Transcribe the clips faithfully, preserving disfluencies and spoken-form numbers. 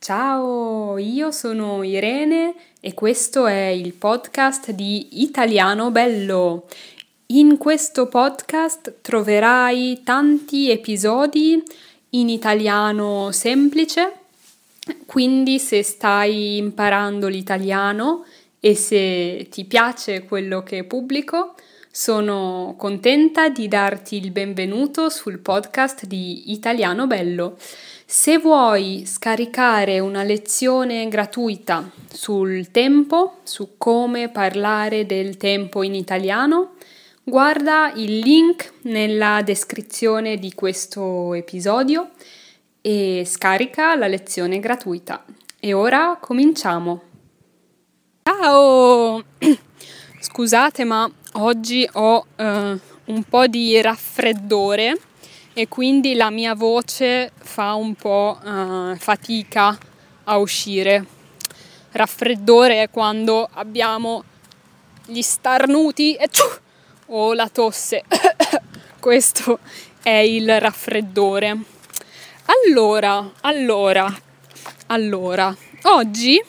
Ciao, io sono Irene e questo è il podcast di Italiano Bello. In questo podcast troverai tanti episodi in italiano semplice, quindi se stai imparando l'italiano e se ti piace quello che pubblico, sono contenta di darti il benvenuto sul podcast di Italiano Bello. Se vuoi scaricare una lezione gratuita sul tempo, su come parlare del tempo in italiano, guarda il link nella descrizione di questo episodio e scarica la lezione gratuita. E ora cominciamo. Ciao! Scusate, ma oggi ho eh, un po' di raffreddore e quindi la mia voce fa un po' uh, fatica a uscire. Raffreddore è quando abbiamo gli starnuti e ciu, o la tosse. Questo è il raffreddore. Allora, allora, allora, oggi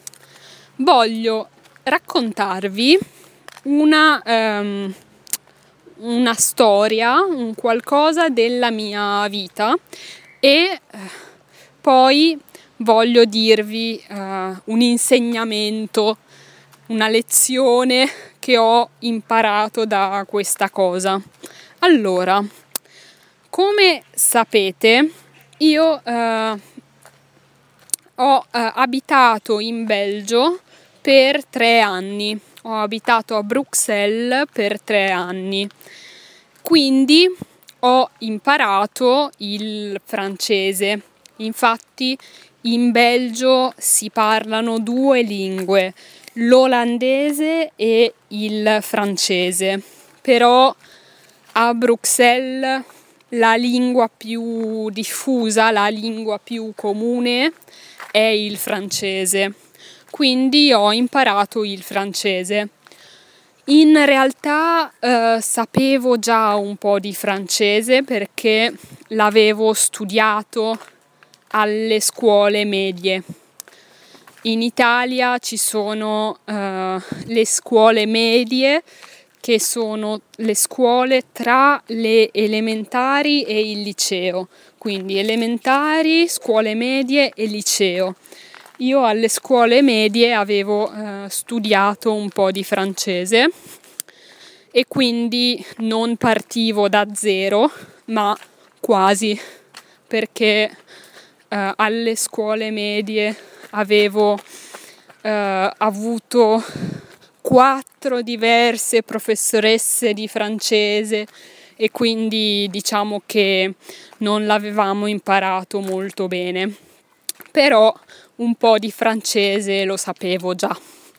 voglio raccontarvi una... Um, una storia, un qualcosa della mia vita e poi voglio dirvi uh, un insegnamento, una lezione che ho imparato da questa cosa. Allora, come sapete, io uh, ho uh, abitato in Belgio per tre anni. Ho abitato a Bruxelles per tre anni, quindi ho imparato il francese. Infatti in Belgio si parlano due lingue, l'olandese e il francese, però a Bruxelles la lingua più diffusa, la lingua più comune è il francese. Quindi ho imparato il francese. In realtà eh, sapevo già un po' di francese perché l'avevo studiato alle scuole medie. In Italia ci sono eh, le scuole medie, che sono le scuole tra le elementari e il liceo. Quindi elementari, scuole medie e liceo. Io alle scuole medie avevo eh, studiato un po' di francese e quindi non partivo da zero, ma quasi, perché eh, alle scuole medie avevo eh, avuto quattro diverse professoresse di francese e quindi diciamo che non l'avevamo imparato molto bene. Però un po' di francese lo sapevo già.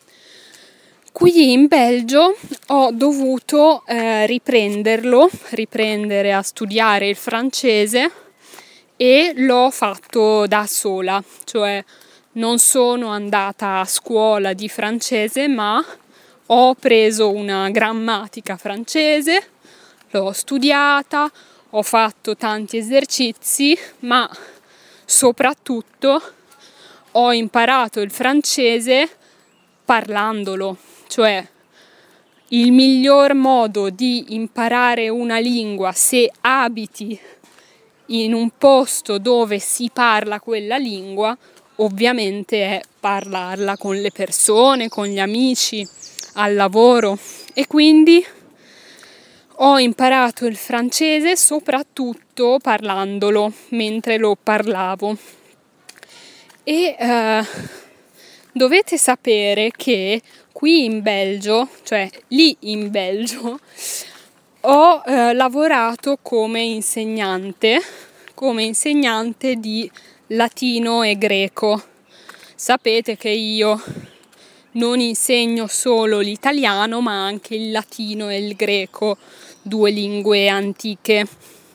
Qui in Belgio ho dovuto eh, riprenderlo, riprendere a studiare il francese e l'ho fatto da sola, cioè non sono andata a scuola di francese, ma ho preso una grammatica francese, l'ho studiata, ho fatto tanti esercizi, ma soprattutto ho imparato il francese parlandolo, cioè il miglior modo di imparare una lingua se abiti in un posto dove si parla quella lingua, ovviamente è parlarla con le persone, con gli amici, al lavoro. E quindi ho imparato il francese soprattutto parlandolo, mentre lo parlavo. E uh, dovete sapere che qui in Belgio, cioè lì in Belgio, ho uh, lavorato come insegnante, come insegnante di latino e greco. Sapete che io non insegno solo l'italiano, ma anche il latino e il greco, due lingue antiche.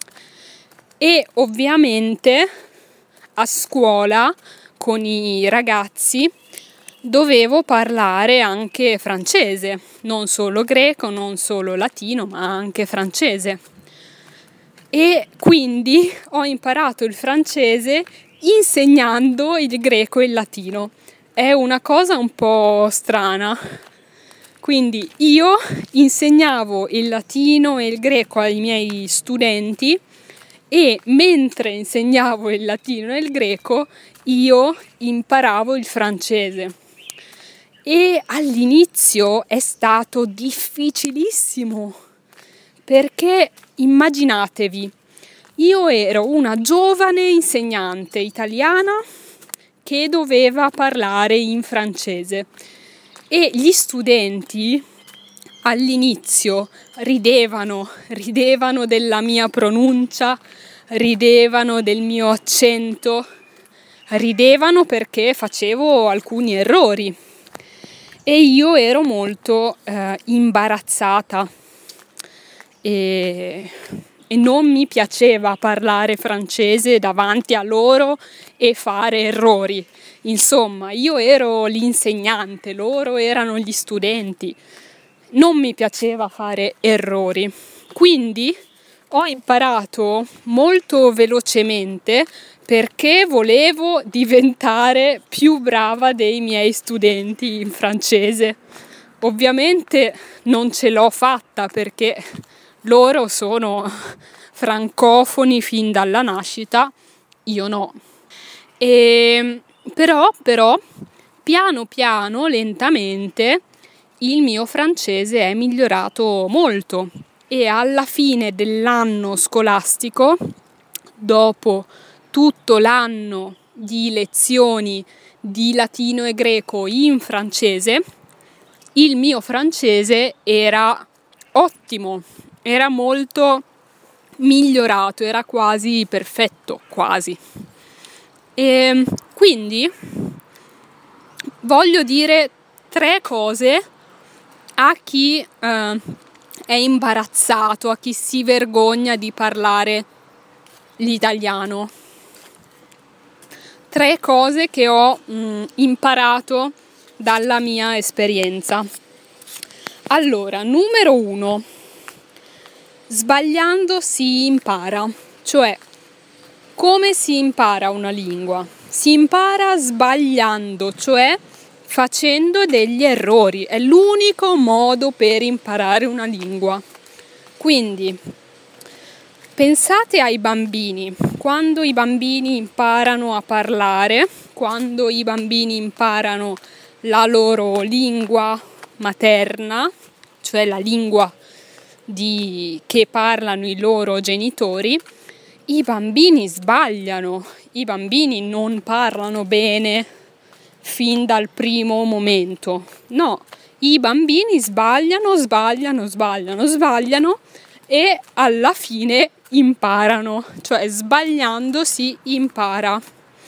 E ovviamente a scuola con i ragazzi dovevo parlare anche francese, non solo greco, non solo latino, ma anche francese. E quindi ho imparato il francese insegnando il greco e il latino. È una cosa un po' strana. Quindi io insegnavo il latino e il greco ai miei studenti e mentre insegnavo il latino e il greco io imparavo il francese. E all'inizio è stato difficilissimo, perché immaginatevi, io ero una giovane insegnante italiana che doveva parlare in francese e gli studenti all'inizio ridevano, ridevano della mia pronuncia, ridevano del mio accento, ridevano perché facevo alcuni errori e io ero molto eh, imbarazzata e, e non mi piaceva parlare francese davanti a loro e fare errori. Insomma, io ero l'insegnante, loro erano gli studenti. Non mi piaceva fare errori. Quindi ho imparato molto velocemente perché volevo diventare più brava dei miei studenti in francese. Ovviamente non ce l'ho fatta perché loro sono francofoni fin dalla nascita, io no. E Però, però, piano piano, lentamente, il mio francese è migliorato molto e alla fine dell'anno scolastico, dopo tutto l'anno di lezioni di latino e greco in francese, il mio francese era ottimo, era molto migliorato, era quasi perfetto, quasi. E quindi voglio dire tre cose a chi eh, è imbarazzato, a chi si vergogna di parlare l'italiano. Tre cose che ho mh, imparato dalla mia esperienza. Allora, numero uno, sbagliando si impara, cioè come si impara una lingua? Si impara sbagliando, cioè facendo degli errori. È l'unico modo per imparare una lingua. Quindi, pensate ai bambini. Quando i bambini imparano a parlare, quando i bambini imparano la loro lingua materna, cioè la lingua di, che parlano i loro genitori, i bambini sbagliano, i bambini non parlano bene fin dal primo momento. No, i bambini sbagliano, sbagliano, sbagliano, sbagliano e alla fine imparano, cioè sbagliando si impara.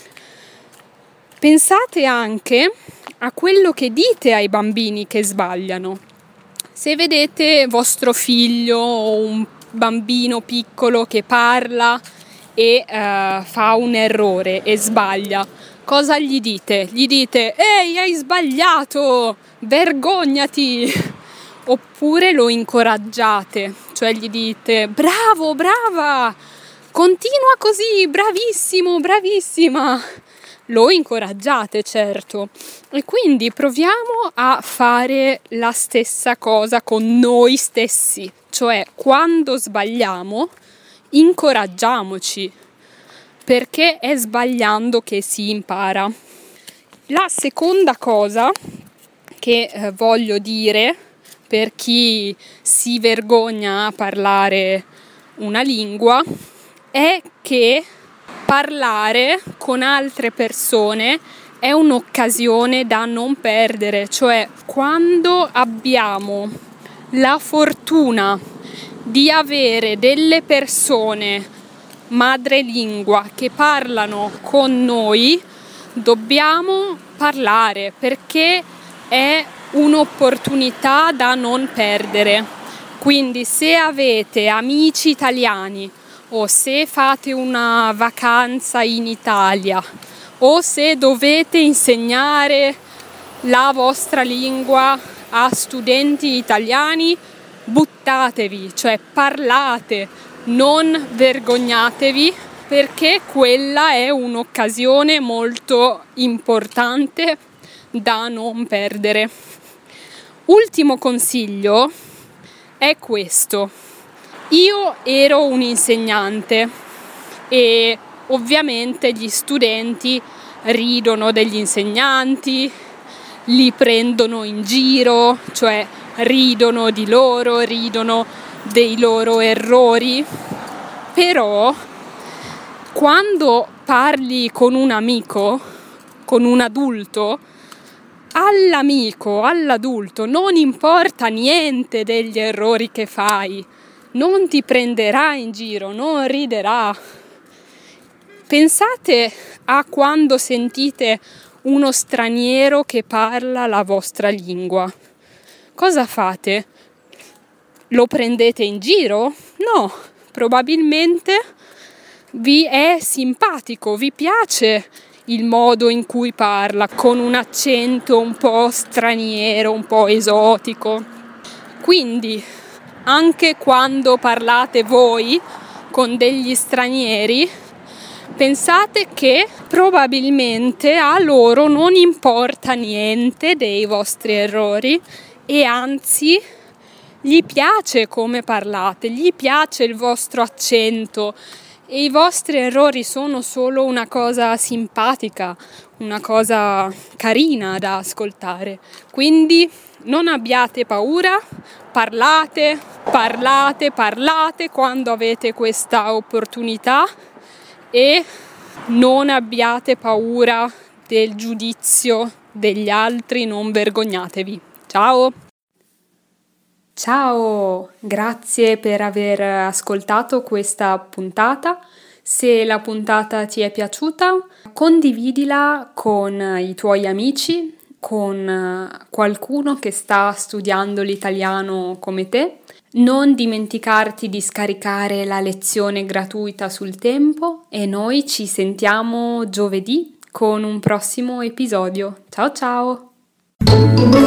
Pensate anche a quello che dite ai bambini che sbagliano. Se vedete vostro figlio o un bambino piccolo che parla e uh, fa un errore e sbaglia, cosa gli dite? Gli dite: ehi, hai sbagliato, vergognati! Oppure lo incoraggiate, cioè gli dite: bravo, brava, continua così, bravissimo, bravissima. Lo incoraggiate, certo. E quindi proviamo a fare la stessa cosa con noi stessi, cioè quando sbagliamo incoraggiamoci, perché è sbagliando che si impara. La seconda cosa che eh, voglio dire per chi si vergogna a parlare una lingua è che parlare con altre persone è un'occasione da non perdere, cioè quando abbiamo la fortuna di avere delle persone madrelingua che parlano con noi, dobbiamo parlare perché è un'opportunità da non perdere. Quindi se avete amici italiani o se fate una vacanza in Italia o se dovete insegnare la vostra lingua a studenti italiani, buttatevi, cioè parlate, non vergognatevi, perché quella è un'occasione molto importante da non perdere. Ultimo consiglio è questo. Io ero un insegnante e ovviamente gli studenti ridono degli insegnanti, li prendono in giro, cioè ridono di loro, ridono dei loro errori, però quando parli con un amico, con un adulto, all'amico, all'adulto non importa niente degli errori che fai, non ti prenderà in giro, non riderà. Pensate a quando sentite uno straniero che parla la vostra lingua. Cosa fate? Lo prendete in giro? No, probabilmente vi è simpatico, vi piace il modo in cui parla, con un accento un po' straniero, un po' esotico. Quindi, anche quando parlate voi con degli stranieri, pensate che probabilmente a loro non importa niente dei vostri errori e anzi gli piace come parlate, gli piace il vostro accento e i vostri errori sono solo una cosa simpatica, una cosa carina da ascoltare. Quindi non abbiate paura, parlate, parlate, parlate quando avete questa opportunità e non abbiate paura del giudizio degli altri, non vergognatevi. Ciao! Ciao, grazie per aver ascoltato questa puntata. Se la puntata ti è piaciuta, condividila con i tuoi amici, con qualcuno che sta studiando l'italiano come te. Non dimenticarti di scaricare la lezione gratuita sul tempo e noi ci sentiamo giovedì con un prossimo episodio. Ciao ciao!